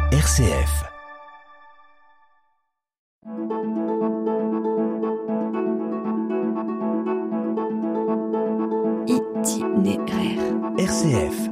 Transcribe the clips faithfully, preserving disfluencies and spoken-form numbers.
R C F. Itinéraire. R C F.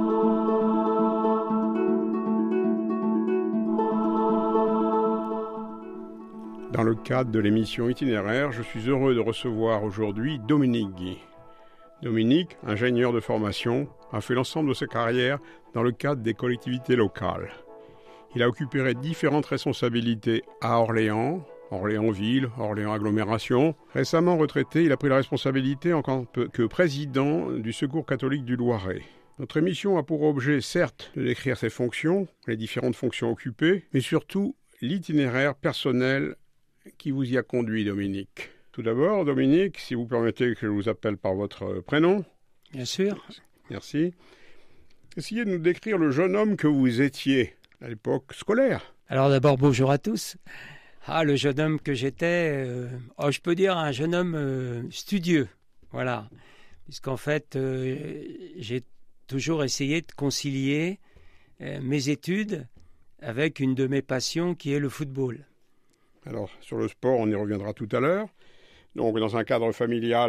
Dans le cadre de l'émission Itinéraire, je suis heureux de recevoir aujourd'hui Dominique Guy. Dominique, ingénieur de formation, a fait l'ensemble de sa carrière dans le cadre des collectivités locales. Il a occupé différentes responsabilités à Orléans, Orléans-Ville, Orléans-Agglomération. Récemment retraité, il a pris la responsabilité en tant que président du Secours catholique du Loiret. Notre émission a pour objet, certes, de décrire ses fonctions, les différentes fonctions occupées, mais surtout l'itinéraire personnel qui vous y a conduit, Dominique. Tout d'abord, Dominique, si vous permettez que je vous appelle par votre prénom. Bien sûr. Merci. Essayez de nous décrire le jeune homme que vous étiez à l'époque scolaire. Alors d'abord, bonjour à tous. Ah, le jeune homme que j'étais, euh, oh, je peux dire un jeune homme euh, studieux, voilà. Puisqu'en fait, euh, j'ai toujours essayé de concilier euh, mes études avec une de mes passions qui est le football. Alors, sur le sport, on y reviendra tout à l'heure. Donc, dans un cadre familial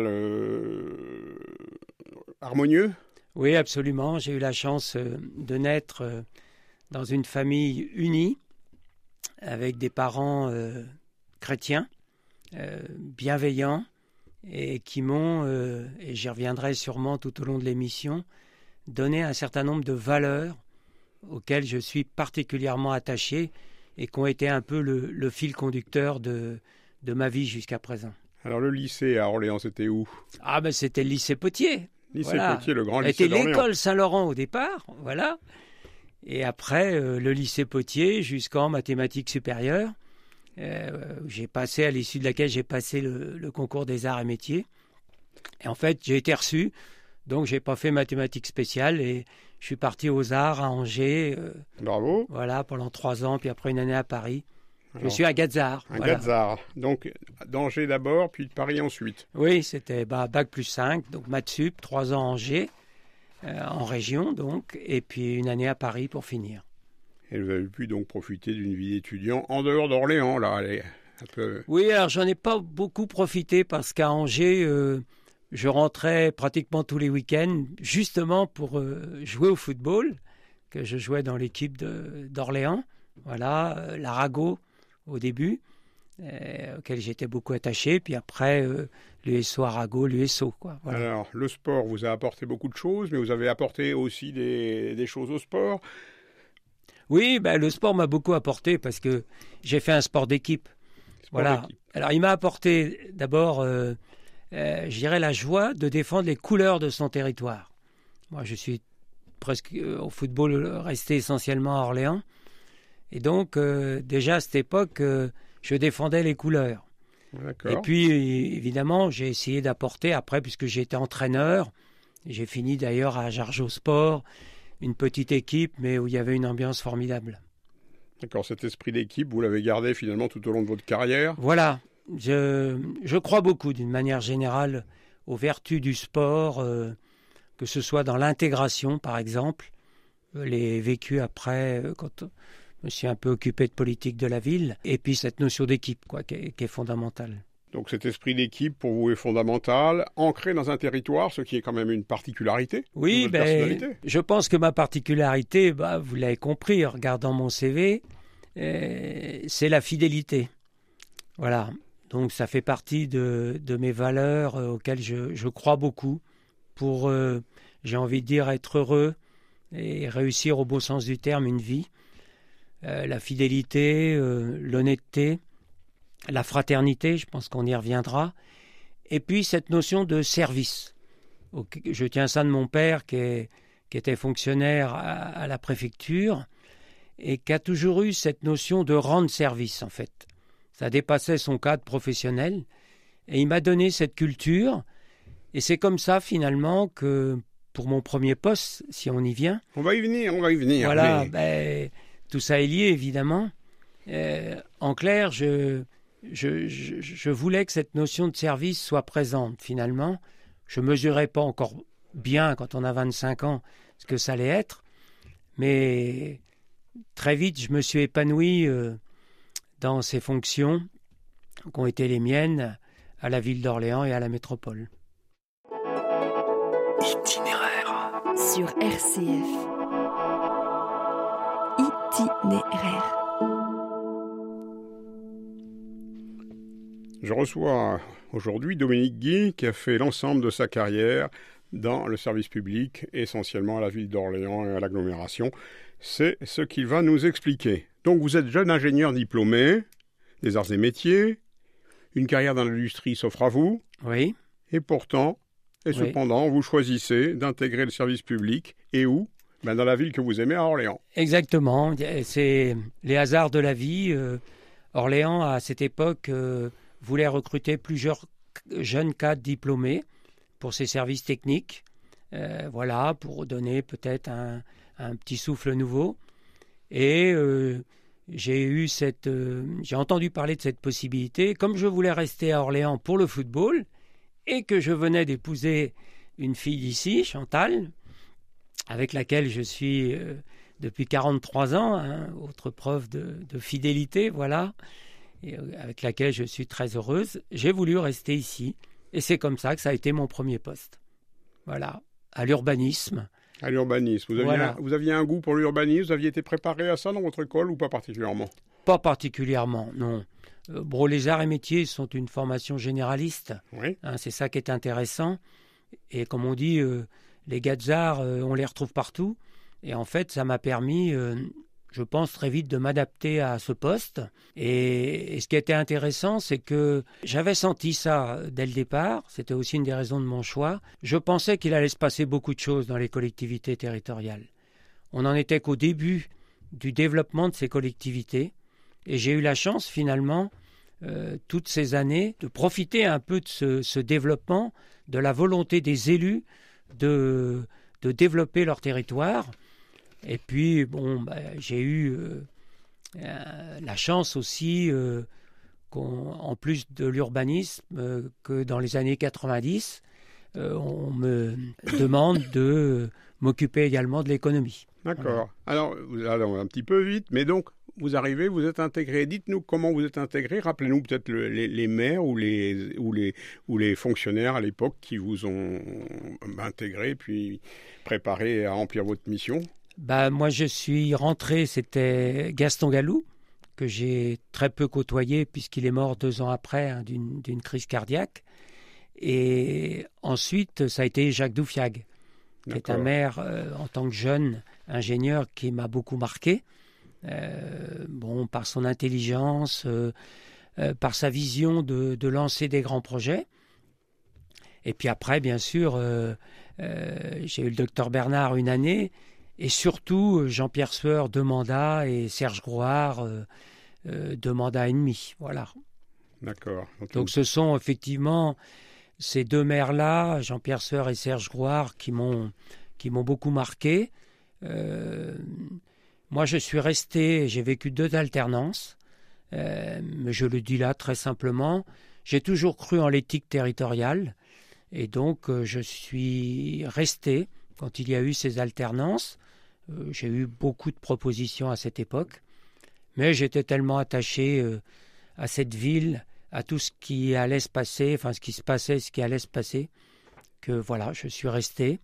euh, harmonieux ? Oui, absolument. J'ai eu la chance euh, de naître euh, dans une famille unie, avec des parents euh, chrétiens, euh, bienveillants, et qui m'ont, euh, et j'y reviendrai sûrement tout au long de l'émission, donné un certain nombre de valeurs auxquelles je suis particulièrement attaché et qui ont été un peu le, le fil conducteur de, de ma vie jusqu'à présent. Alors le lycée à Orléans, c'était où ? Ah ben c'était le lycée Potier. Lycée voilà. Potier, le grand lycée C'était d'Orléans. l'école Saint-Laurent au départ, voilà. Et après euh, le lycée Potier jusqu'en mathématiques supérieures. Euh, j'ai passé, à l'issue de laquelle j'ai passé le, le concours des arts et métiers. Et en fait, j'ai été reçu, donc j'ai pas fait mathématiques spéciales et je suis parti aux arts à Angers. Euh, Bravo. Voilà, pendant trois ans, puis après une année à Paris. Alors, je suis un Gazard. Un voilà. Gazard. Donc d'Angers d'abord, puis de Paris ensuite. Oui, c'était bah, bac plus cinq, donc maths sup, trois ans à Angers, euh, en région donc, et puis une année à Paris pour finir. Et vous avez pu donc profiter d'une vie d'étudiant en dehors d'Orléans, là, allez, un peu. Oui, alors j'en ai pas beaucoup profité parce qu'à Angers, euh, je rentrais pratiquement tous les week-ends, justement pour euh, jouer au football, que je jouais dans l'équipe de, d'Orléans, voilà, euh, l'Arago au début, euh, auquel j'étais beaucoup attaché, puis après euh, l'U S O Arago, l'U S O, quoi. Voilà. Alors, le sport vous a apporté beaucoup de choses, mais vous avez apporté aussi des, des choses au sport. Oui, ben, le sport m'a beaucoup apporté parce que j'ai fait un sport d'équipe. Sport voilà. d'équipe. Alors, il m'a apporté d'abord, euh, euh, je dirais, la joie de défendre les couleurs de son territoire. Moi, je suis presque euh, au football resté essentiellement à Orléans. Et donc, euh, déjà à cette époque, euh, je défendais les couleurs. D'accord. Et puis, évidemment, j'ai essayé d'apporter, après, puisque j'étais entraîneur, j'ai fini d'ailleurs à Jargeau Sport, une petite équipe, mais où il y avait une ambiance formidable. D'accord, cet esprit d'équipe, vous l'avez gardé finalement tout au long de votre carrière. Voilà, je, je crois beaucoup, d'une manière générale, aux vertus du sport, euh, que ce soit dans l'intégration, par exemple, euh, les vécus après, euh, quand je me suis un peu occupé de politique de la ville, et puis cette notion d'équipe, quoi, qui est, qui est fondamentale. Donc cet esprit d'équipe pour vous est fondamental, ancré dans un territoire, ce qui est quand même une particularité. Oui, de votre ben, personnalité. je pense que ma particularité, bah, vous l'avez compris en regardant mon C V, euh, c'est la fidélité. Voilà, donc ça fait partie de, de mes valeurs euh, auxquelles je, je crois beaucoup pour, euh, j'ai envie de dire, être heureux et réussir au beau sens du terme une vie. Euh, la fidélité, euh, l'honnêteté, la fraternité, je pense qu'on y reviendra, et puis cette notion de service. Je tiens ça de mon père qui, est, qui était fonctionnaire à, à la préfecture et qui a toujours eu cette notion de rendre service en fait. Ça dépassait son cadre professionnel et il m'a donné cette culture et c'est comme ça finalement que pour mon premier poste, si on y vient... On va y venir, on va y venir. Voilà, mais... ben, tout ça est lié évidemment. Euh, en clair, je... Je, je, je voulais que cette notion de service soit présente finalement. Je ne mesurais pas encore bien quand on a vingt-cinq ans ce que ça allait être, mais très vite, je me suis épanoui euh, dans ces fonctions qui ont été les miennes à la ville d'Orléans et à la métropole. Itinéraire sur R C F. Itinéraire. Je reçois aujourd'hui Dominique Guy qui a fait l'ensemble de sa carrière dans le service public, essentiellement à la ville d'Orléans et à l'agglomération. C'est ce qu'il va nous expliquer. Donc vous êtes jeune ingénieur diplômé des arts et métiers, une carrière dans l'industrie s'offre à vous. Oui. Et pourtant, et oui. cependant, vous choisissez d'intégrer le service public. Et où ? Ben dans la ville que vous aimez, à Orléans. Exactement. C'est les hasards de la vie. Euh, Orléans, à cette époque, euh, voulait recruter plusieurs jeunes cadres diplômés pour ses services techniques. Euh, voilà, pour donner peut-être un, un petit souffle nouveau. Et euh, j'ai eu cette, euh, j'ai entendu parler de cette possibilité. Comme je voulais rester à Orléans pour le football et que je venais d'épouser une fille d'ici, Chantal, avec laquelle je suis euh, depuis quarante-trois ans, hein, autre preuve de, de fidélité, voilà, et, euh, avec laquelle je suis très heureuse, j'ai voulu rester ici. Et c'est comme ça que ça a été mon premier poste. Voilà, à l'urbanisme. À l'urbanisme. Vous aviez, Voilà. un, vous aviez un goût pour l'urbanisme, vous aviez été préparé à ça dans votre école ou pas particulièrement ? Pas particulièrement, non. Euh, bon, les arts et métiers sont une formation généraliste. Oui. Hein, c'est ça qui est intéressant. Et comme on dit, euh, les gars des arts, euh, on les retrouve partout. Et en fait, ça m'a permis, euh, je pense, très vite de m'adapter à ce poste. Et, et ce qui était intéressant, c'est que j'avais senti ça dès le départ. C'était aussi une des raisons de mon choix. Je pensais qu'il allait se passer beaucoup de choses dans les collectivités territoriales. On n'en était qu'au début du développement de ces collectivités. Et j'ai eu la chance, finalement, euh, toutes ces années, de profiter un peu de ce, ce développement, de la volonté des élus de, de développer leur territoire. Et puis, bon, bah, j'ai eu euh, euh, la chance aussi, euh, qu'on, en plus de l'urbanisme, euh, que dans les années quatre-vingt-dix, euh, on me demande de m'occuper également de l'économie. D'accord. Voilà. Alors, vous allons un petit peu vite, mais donc, vous arrivez, vous êtes intégré. Dites-nous comment vous êtes intégré. Rappelez-nous peut-être le, les, les maires ou les, ou, les, ou les fonctionnaires à l'époque qui vous ont intégré, puis préparé à remplir votre mission. Bah, moi, je suis rentré, c'était Gaston Gallou, que j'ai très peu côtoyé puisqu'il est mort deux ans après hein, d'une, d'une crise cardiaque. Et ensuite, ça a été Jacques Doufiag, qui est un maire euh, en tant que jeune ingénieur qui m'a beaucoup marqué. Euh, bon, par son intelligence, euh, euh, par sa vision de, de lancer des grands projets. Et puis après, bien sûr, euh, euh, j'ai eu le docteur Bernard une année, et surtout Jean-Pierre Sueur, deux mandats, et Serge Grouard, euh, euh, deux mandats et demi. Voilà. D'accord. Donc, Donc ce sont effectivement ces deux maires-là, Jean-Pierre Sueur et Serge Grouard, qui m'ont, qui m'ont beaucoup marqué. Euh, Moi, je suis resté, j'ai vécu deux alternances, euh, mais je le dis là très simplement. J'ai toujours cru en l'éthique territoriale et donc euh, je suis resté quand il y a eu ces alternances. Euh, j'ai eu beaucoup de propositions à cette époque, mais j'étais tellement attaché euh, à cette ville, à tout ce qui allait se passer, enfin ce qui se passait, ce qui allait se passer, que voilà, je suis resté.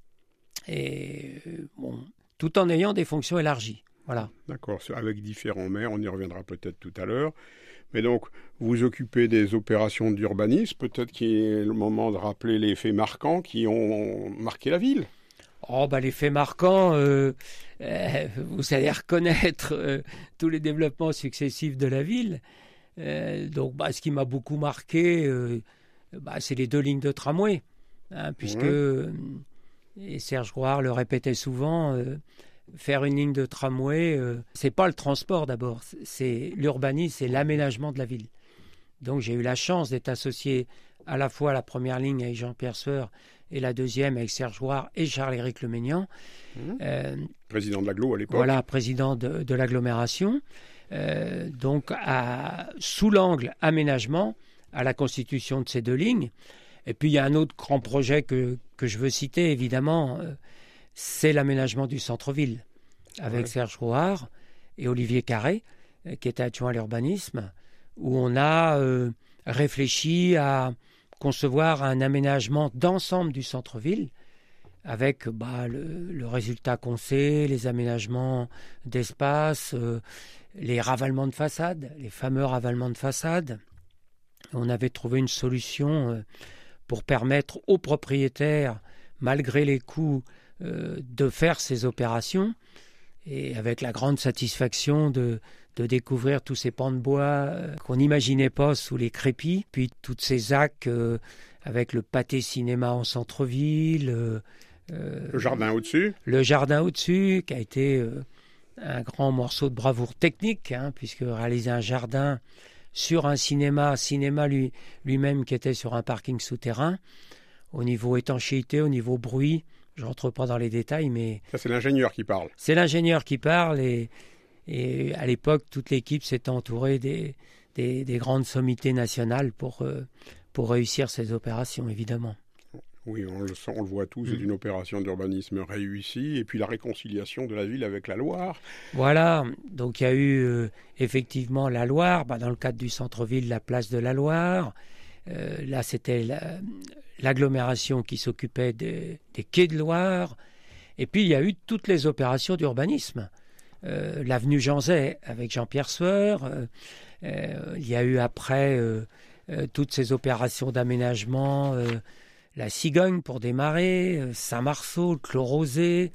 Et euh, bon... tout en ayant des fonctions élargies. Voilà. D'accord, avec différents maires, on y reviendra peut-être tout à l'heure. Mais donc, vous occupez des opérations d'urbanisme, peut-être qu'il est le moment de rappeler les faits marquants qui ont marqué la ville. Oh, bah, les faits marquants, euh, euh, vous allez reconnaître euh, tous les développements successifs de la ville. Euh, donc, bah, ce qui m'a beaucoup marqué, euh, bah, c'est les deux lignes de tramway, hein, puisque... Ouais. Et Serge Grouard le répétait souvent, euh, faire une ligne de tramway, euh, c'est pas le transport d'abord, c'est l'urbanisme, c'est l'aménagement de la ville. Donc j'ai eu la chance d'être associé à la fois à la première ligne avec Jean-Pierre Sueur et la deuxième avec Serge Grouard et Charles-Éric Leménian. Mmh. Euh, président de l'agglo à l'époque. Voilà, président de, de l'agglomération. Euh, donc à, sous l'angle aménagement, à la constitution de ces deux lignes. Et puis il y a un autre grand projet que, que je veux citer, évidemment, euh, c'est l'aménagement du centre-ville, avec ouais. Serge Grouard. et Olivier Carré, euh, qui était adjoint à l'urbanisme, où on a euh, réfléchi à concevoir un aménagement d'ensemble du centre-ville, avec bah, le, le résultat qu'on sait, les aménagements d'espace, euh, les ravalements de façade, les fameux ravalements de façade. On avait trouvé une solution euh, pour permettre aux propriétaires, malgré les coûts, euh, de faire ces opérations, et avec la grande satisfaction de, de découvrir tous ces pans de bois euh, qu'on n'imaginait pas sous les crépis, puis toutes ces acques euh, avec le pâté cinéma en centre-ville, euh, Euh, le jardin au-dessus Le jardin au-dessus, qui a été euh, un grand morceau de bravoure technique, hein, puisque réaliser un jardin sur un cinéma, cinéma lui, lui-même qui était sur un parking souterrain, au niveau étanchéité, au niveau bruit, je ne rentre pas dans les détails, mais... Ça, c'est l'ingénieur qui parle. C'est l'ingénieur qui parle, et, et à l'époque, toute l'équipe s'était entourée des, des, des grandes sommités nationales pour, euh, pour réussir ces opérations, évidemment. Oui, on le sent, on le voit tous, c'est une opération d'urbanisme réussie. Et puis la réconciliation de la ville avec la Loire. Voilà, donc il y a eu euh, effectivement la Loire, bah, dans le cadre du centre-ville, la place de la Loire. Euh, là, c'était la, l'agglomération qui s'occupait des, des quais de Loire. Et puis, il y a eu toutes les opérations d'urbanisme. Euh, l'avenue Jean Zay avec Jean-Pierre Sueur. Euh, euh, il y a eu après euh, euh, toutes ces opérations d'aménagement... Euh, la Cigogne pour démarrer, Saint-Marceau, Clos-Rosé,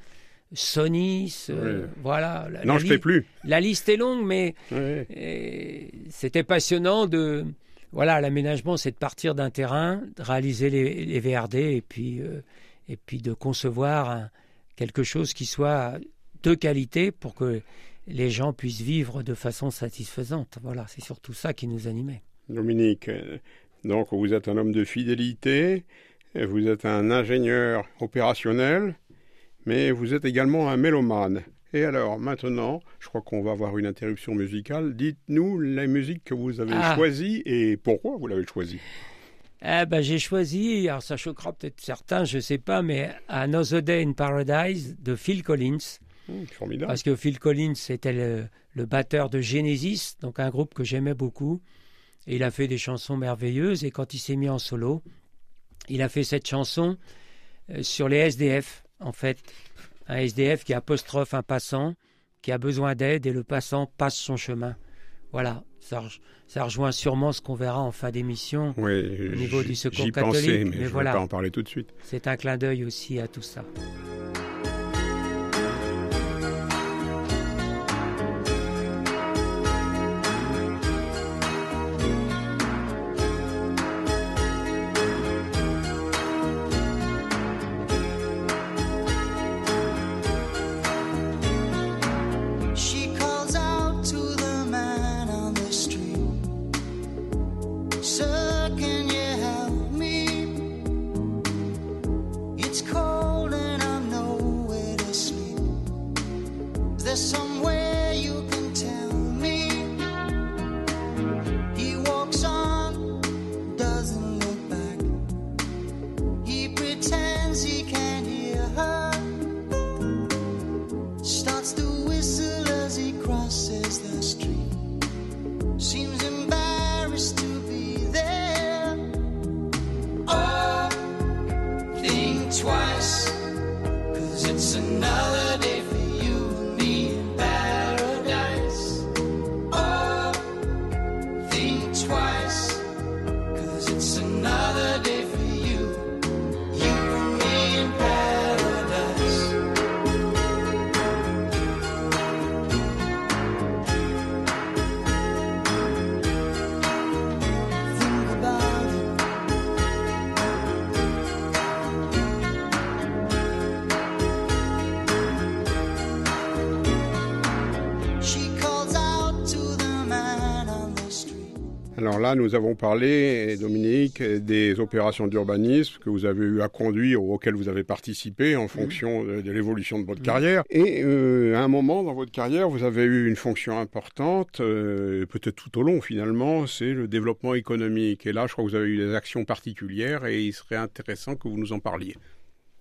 Sonis, euh, oui. voilà. La, non, la je ne li- fais plus. La liste est longue, mais oui. et, c'était passionnant de... Voilà, l'aménagement, c'est de partir d'un terrain, de réaliser les, les V R D et puis, euh, et puis de concevoir un, quelque chose qui soit de qualité pour que les gens puissent vivre de façon satisfaisante. Voilà, c'est surtout ça qui nous animait. Dominique, donc vous êtes un homme de fidélité. Vous êtes un ingénieur opérationnel, mais vous êtes également un mélomane. Et alors, maintenant, je crois qu'on va avoir une interruption musicale. Dites-nous les musiques que vous avez ah. choisies et pourquoi vous l'avez choisie. Eh ben, j'ai choisi, alors ça choquera peut-être certains, je ne sais pas, mais Another Day in Paradise de Phil Collins. Mmh, formidable. Parce que Phil Collins était le, le batteur de Genesis, donc un groupe que j'aimais beaucoup. Et il a fait des chansons merveilleuses. Et quand il s'est mis en solo, il a fait cette chanson euh, sur les S D F, en fait. Un S D F qui apostrophe un passant, qui a besoin d'aide et le passant passe son chemin. Voilà, ça, ça rejoint sûrement ce qu'on verra en fin d'émission oui, au niveau du secours j'y catholique. Pensais, mais, mais je voilà, ne vais pas en parler tout de suite. C'est un clin d'œil aussi à tout ça. Alors là, nous avons parlé, Dominique, des opérations d'urbanisme que vous avez eu à conduire ou auxquelles vous avez participé en fonction de, de l'évolution de votre carrière. Et euh, à un moment dans votre carrière, vous avez eu une fonction importante, euh, peut-être tout au long finalement, c'est le développement économique. Et là, je crois que vous avez eu des actions particulières et il serait intéressant que vous nous en parliez.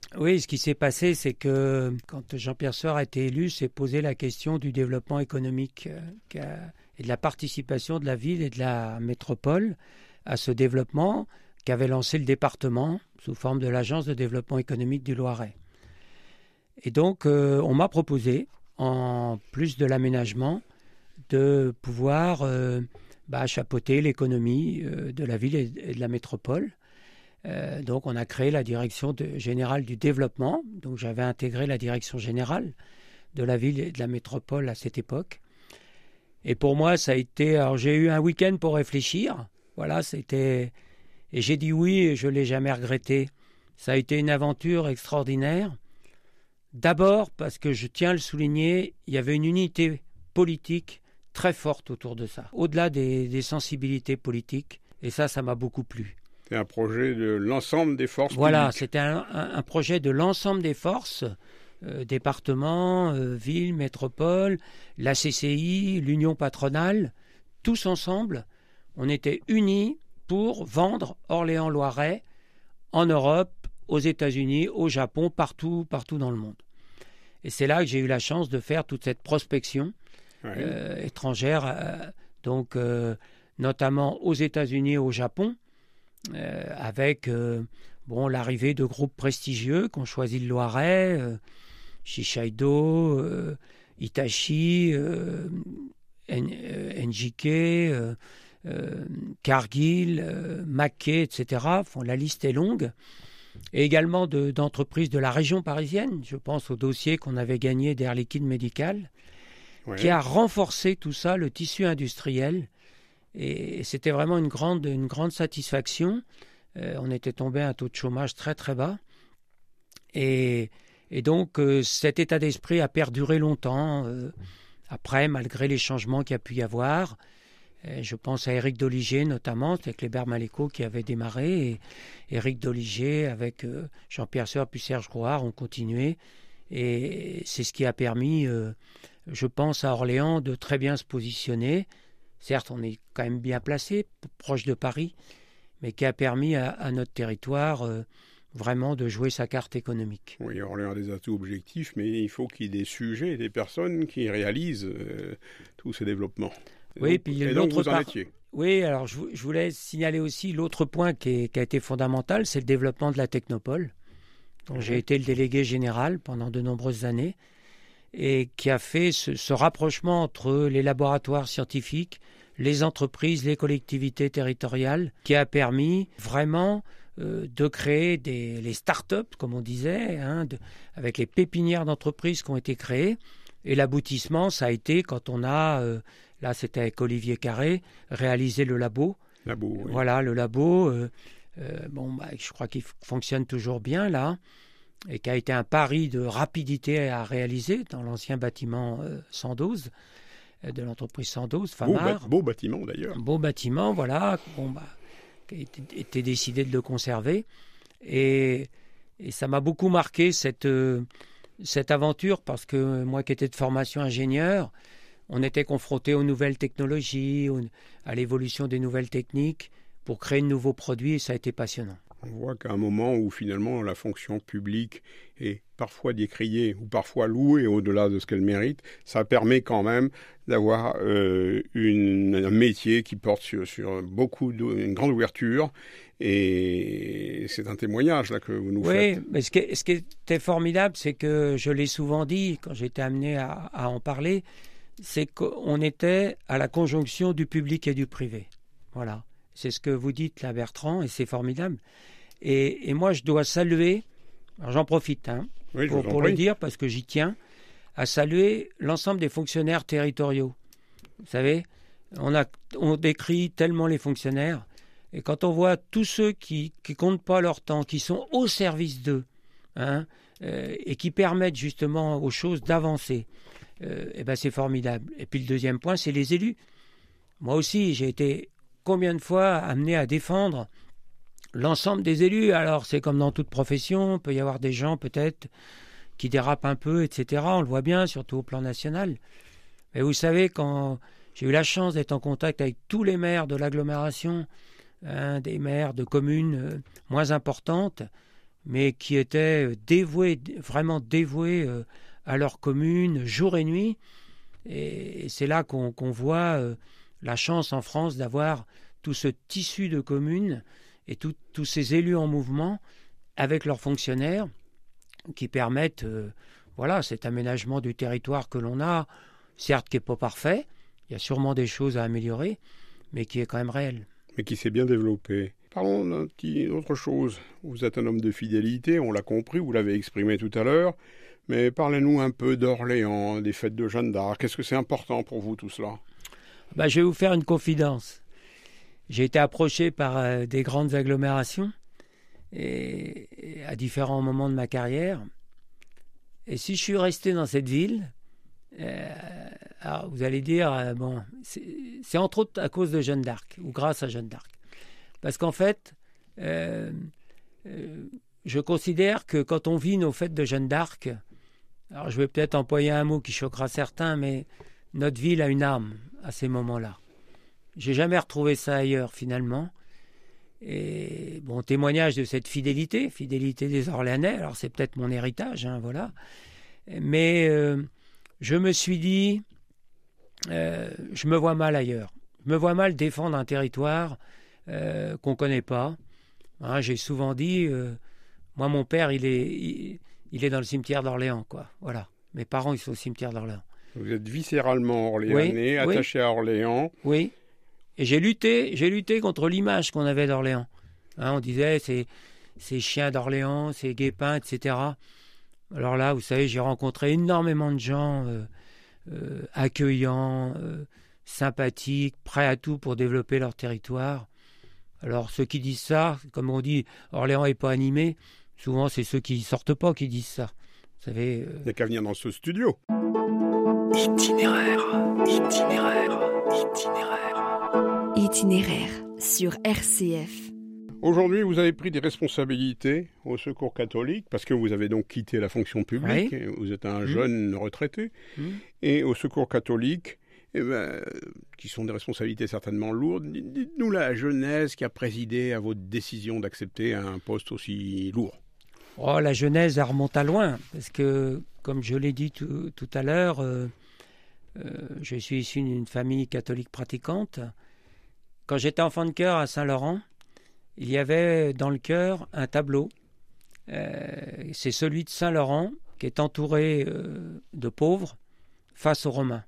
Oui, ce qui s'est passé, c'est que quand Jean-Pierre Sueur a été élu, s'est posé la question du développement économique euh, et de la participation de la ville et de la métropole à ce développement qu'avait lancé le département sous forme de l'Agence de développement économique du Loiret. Et donc, euh, on m'a proposé, en plus de l'aménagement, de pouvoir euh, bah, chapeauter l'économie euh, de la ville et, et de la métropole. Euh, donc, on a créé la direction de, générale du développement. Donc, j'avais intégré la direction générale de la ville et de la métropole à cette époque. Et pour moi, ça a été... Alors, j'ai eu un week-end pour réfléchir. Voilà, c'était... Et j'ai dit oui et je ne l'ai jamais regretté. Ça a été une aventure extraordinaire. D'abord, parce que je tiens à le souligner, il y avait une unité politique très forte autour de ça, au-delà des, des sensibilités politiques. Et ça, ça m'a beaucoup plu. C'est un projet de l'ensemble des forces Voilà, publiques. c'était un, un, un projet de l'ensemble des forces, euh, départements, euh, villes, métropoles, la C C I, l'Union patronale, tous ensemble, on était unis pour vendre Orléans-Loiret en Europe, aux États-Unis, au Japon, partout, partout dans le monde. Et c'est là que j'ai eu la chance de faire toute cette prospection ouais. euh, étrangère, euh, donc euh, notamment aux États-Unis et au Japon, euh, avec euh, bon, l'arrivée de groupes prestigieux qui ont choisi le Loiret, euh, Shiseido, euh, Hitachi, euh, N- euh, N J K, euh, euh, Cargill, euh, Mackay, et cetera. Enfin, la liste est longue. Et également de, d'entreprises de la région parisienne. Je pense au dossier qu'on avait gagné d'Air Liquide Médical, ouais. qui a renforcé tout ça, le tissu industriel. Et c'était vraiment une grande, une grande satisfaction. Euh, on était tombé à un taux de chômage très très bas. Et, et donc euh, cet état d'esprit a perduré longtemps. Euh, après, malgré les changements qu'il y a pu y avoir, euh, je pense à Éric Dolliger notamment, c'était Kléber Maléco qui avait démarré. Et Éric Dolliger avec euh, Jean-Pierre Sueur puis Serge Grouard ont continué. Et c'est ce qui a permis, euh, je pense, à Orléans de très bien se positionner. Certes, on est quand même bien placé, proche de Paris, mais qui a permis à, à notre territoire euh, vraiment de jouer sa carte économique. Oui, Orléans a des atouts objectifs, mais il faut qu'il y ait des sujets et des personnes qui réalisent euh, tous ces développements. Et oui, donc, puis et l'autre donc vous en part... étiez. Oui, alors je, je voulais signaler aussi l'autre point qui, est, qui a été fondamental, c'est le développement de la Technopole, dont mmh. j'ai été le délégué général pendant de nombreuses années, et qui a fait ce, ce rapprochement entre les laboratoires scientifiques, les entreprises, les collectivités territoriales, qui a permis vraiment euh, de créer des, les start-up, comme on disait, hein, de, avec les pépinières d'entreprises qui ont été créées. Et l'aboutissement, ça a été quand on a, euh, là c'était avec Olivier Carré, réalisé le labo. Labo, oui. Voilà, le labo, euh, euh, bon, bah, je crois qu'il f- fonctionne toujours bien là, et qui a été un pari de rapidité à réaliser dans l'ancien bâtiment euh, Sandoz, de l'entreprise Sandoz, Famar. Beau, ba- beau bâtiment d'ailleurs. Beau bâtiment, voilà, bon, bah, qui a été, été décidé de le conserver. Et, et ça m'a beaucoup marqué cette, euh, cette aventure, parce que moi qui étais de formation ingénieur, on était confronté aux nouvelles technologies, aux, à l'évolution des nouvelles techniques pour créer de nouveaux produits, et ça a été passionnant. On voit qu'à un moment où finalement la fonction publique est parfois décriée ou parfois louée au-delà de ce qu'elle mérite, ça permet quand même d'avoir euh, une, un métier qui porte sur, sur beaucoup de, une grande ouverture, et c'est un témoignage là que vous nous oui, faites. Oui, mais ce qui, ce qui était formidable, c'est que je l'ai souvent dit quand j'étais amené à, à en parler, c'est qu'on était à la conjonction du public et du privé. Voilà. C'est ce que vous dites là, Bertrand, et c'est formidable. Et, et moi, je dois saluer, alors j'en profite hein, oui, pour, pour le dire, parce que j'y tiens, à saluer l'ensemble des fonctionnaires territoriaux. Vous savez, on, a, on décrit tellement les fonctionnaires, et quand on voit tous ceux qui ne comptent pas leur temps, qui sont au service d'eux, hein, euh, et qui permettent justement aux choses d'avancer, euh, et ben c'est formidable. Et puis le deuxième point, c'est les élus. Moi aussi, j'ai été combien de fois amené à défendre l'ensemble des élus. Alors, c'est comme dans toute profession, il peut y avoir des gens peut-être qui dérapent un peu, et cetera. On le voit bien, surtout au plan national. Mais vous savez, quand j'ai eu la chance d'être en contact avec tous les maires de l'agglomération, hein, des maires de communes euh, moins importantes, mais qui étaient dévoués, vraiment dévoués euh, à leur commune, jour et nuit. Et, et c'est là qu'on, qu'on voit euh, la chance en France d'avoir tout ce tissu de communes et tout, tous ces élus en mouvement avec leurs fonctionnaires qui permettent euh, voilà, cet aménagement du territoire que l'on a, certes qui n'est pas parfait, il y a sûrement des choses à améliorer, mais qui est quand même réel. Mais qui s'est bien développé. Parlons d'un petit autre chose. Vous êtes un homme de fidélité, on l'a compris, vous l'avez exprimé tout à l'heure, mais parlez-nous un peu d'Orléans, des fêtes de Jeanne d'Arc. Est-ce que c'est important pour vous tout cela ? Bah, je vais vous faire une confidence. J'ai été approché par euh, des grandes agglomérations et, et à différents moments de ma carrière. Et si je suis resté dans cette ville, euh, alors vous allez dire, euh, bon, c'est, c'est entre autres à cause de Jeanne d'Arc, ou grâce à Jeanne d'Arc. Parce qu'en fait, euh, euh, je considère que quand on vit nos fêtes de Jeanne d'Arc, alors je vais peut-être employer un mot qui choquera certains, mais notre ville a une âme à ces moments-là. J'ai jamais retrouvé ça ailleurs finalement. Et bon, témoignage de cette fidélité, fidélité des Orléanais, alors c'est peut-être mon héritage, hein, voilà. Mais euh, je me suis dit, euh, je me vois mal ailleurs. Je me vois mal défendre un territoire euh, qu'on ne connaît pas. Hein, j'ai souvent dit, euh, moi mon père, il est, il, il est dans le cimetière d'Orléans, quoi. Voilà. Mes parents, ils sont au cimetière d'Orléans. Vous êtes viscéralement orléanais, oui, attaché oui. à Orléans. Oui. Et j'ai lutté, j'ai lutté contre l'image qu'on avait d'Orléans. Hein, on disait, c'est, c'est chiens d'Orléans, c'est guépins, et cetera. Alors là, vous savez, j'ai rencontré énormément de gens euh, euh, accueillants, euh, sympathiques, prêts à tout pour développer leur territoire. Alors ceux qui disent ça, comme on dit, Orléans n'est pas animé, souvent c'est ceux qui ne sortent pas qui disent ça. Vous savez, euh... il n'y a qu'à venir dans ce studio. Itinéraire, itinéraire, itinéraire. Itinéraire sur R C F. Aujourd'hui, vous avez pris des responsabilités au Secours catholique, parce que vous avez donc quitté la fonction publique, oui. Vous êtes un mmh. jeune retraité, mmh. et au Secours catholique, eh ben, qui sont des responsabilités certainement lourdes. Dites-nous la genèse qui a présidé à votre décision d'accepter un poste aussi lourd. Oh, la genèse, elle remonte à loin, parce que, comme je l'ai dit tout, tout à l'heure, euh, euh, je suis issu d'une famille catholique pratiquante. Quand j'étais enfant de chœur à Saint-Laurent, il y avait dans le chœur un tableau. Euh, c'est celui de Saint-Laurent qui est entouré euh, de pauvres face aux Romains.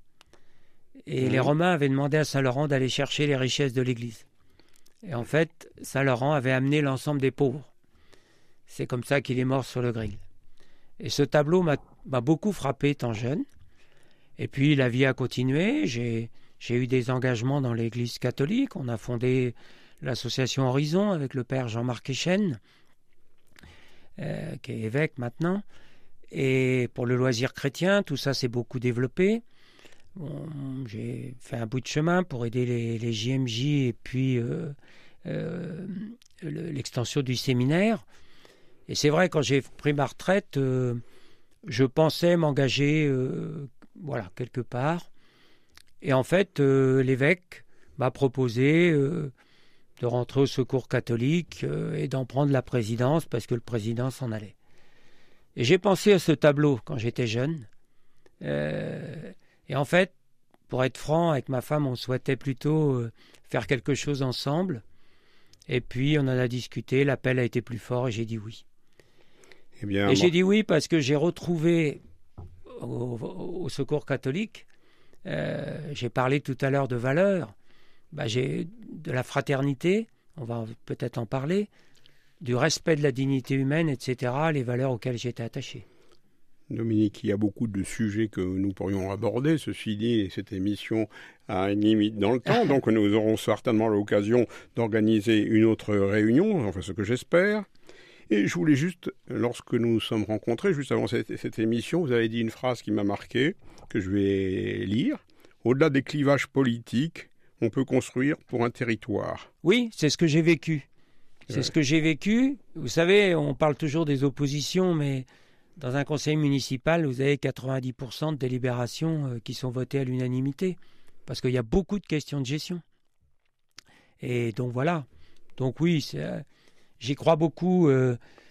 Et mmh. les Romains avaient demandé à Saint-Laurent d'aller chercher les richesses de l'Église. Et en fait, Saint-Laurent avait amené l'ensemble des pauvres. C'est comme ça qu'il est mort sur le gril. Et ce tableau m'a, m'a beaucoup frappé étant jeune. Et puis la vie a continué. J'ai, j'ai eu des engagements dans l'Église catholique. On a fondé l'association Horizon avec le père Jean-Marc Echen, euh, qui est évêque maintenant. Et pour le loisir chrétien, tout ça s'est beaucoup développé. Bon, j'ai fait un bout de chemin pour aider les, les J M J et puis euh, euh, l'extension du séminaire. Et c'est vrai, quand j'ai pris ma retraite, euh, je pensais m'engager euh, voilà, quelque part. Et en fait, euh, l'évêque m'a proposé euh, de rentrer au Secours catholique euh, et d'en prendre la présidence parce que le président s'en allait. Et j'ai pensé à ce tableau quand j'étais jeune. Euh, et en fait, pour être franc, avec ma femme, on souhaitait plutôt euh, faire quelque chose ensemble. Et puis, on en a discuté, l'appel a été plus fort et j'ai dit oui. Eh bien, et moi... j'ai dit oui parce que j'ai retrouvé au, au Secours catholique, euh, j'ai parlé tout à l'heure de valeurs, bah, j'ai de la fraternité, on va peut-être en parler, du respect de la dignité humaine, et cetera, les valeurs auxquelles j'étais attaché. Dominique, il y a beaucoup de sujets que nous pourrions aborder. Ceci dit, cette émission a une limite dans le temps, donc nous aurons certainement l'occasion d'organiser une autre réunion, enfin ce que j'espère. Et je voulais juste, lorsque nous nous sommes rencontrés, juste avant cette, cette émission, vous avez dit une phrase qui m'a marqué, que je vais lire. Au-delà des clivages politiques, on peut construire pour un territoire. Oui, c'est ce que j'ai vécu. C'est ouais. ce que j'ai vécu. Vous savez, on parle toujours des oppositions, mais dans un conseil municipal, vous avez quatre-vingt-dix pour cent de délibérations qui sont votées à l'unanimité, parce qu'il y a beaucoup de questions de gestion. Et donc voilà. Donc oui, c'est, j'y crois beaucoup. Euh,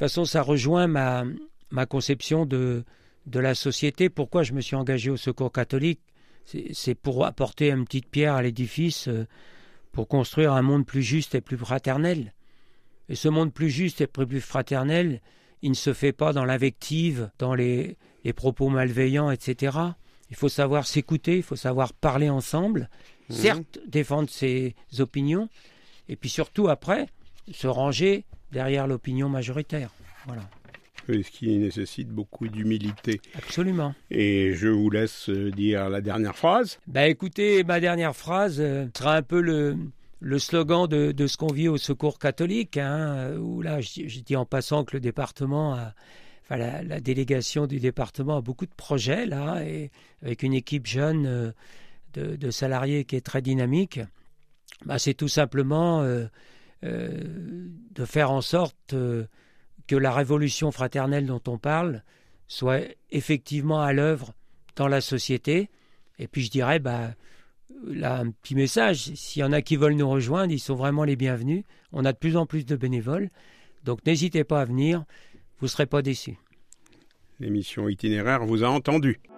façon, ça rejoint ma, ma conception de, de la société. Pourquoi je me suis engagé au Secours catholique ? C'est, c'est pour apporter une petite pierre à l'édifice, euh, pour construire un monde plus juste et plus fraternel. Et ce monde plus juste et plus fraternel, il ne se fait pas dans l'invective, dans les, les propos malveillants, et cetera. Il faut savoir s'écouter, il faut savoir parler ensemble, mmh. certes défendre ses opinions, et puis surtout après, se ranger derrière l'opinion majoritaire. Voilà. Ce qui nécessite beaucoup d'humilité. Absolument. Et je vous laisse dire la dernière phrase. Ben écoutez, ma dernière phrase euh, sera un peu le, le slogan de, de ce qu'on vit au Secours catholique, hein, où là, je, je dis en passant que le département a... Enfin, la, la délégation du département a beaucoup de projets, là, et avec une équipe jeune euh, de, de salariés qui est très dynamique. Ben, c'est tout simplement euh, euh, de faire en sorte euh, que la révolution fraternelle dont on parle soit effectivement à l'œuvre dans la société. Et puis je dirais, bah, là, un petit message, s'il y en a qui veulent nous rejoindre, ils sont vraiment les bienvenus. On a de plus en plus de bénévoles, donc n'hésitez pas à venir, vous ne serez pas déçus. L'émission Itinéraire vous a entendu.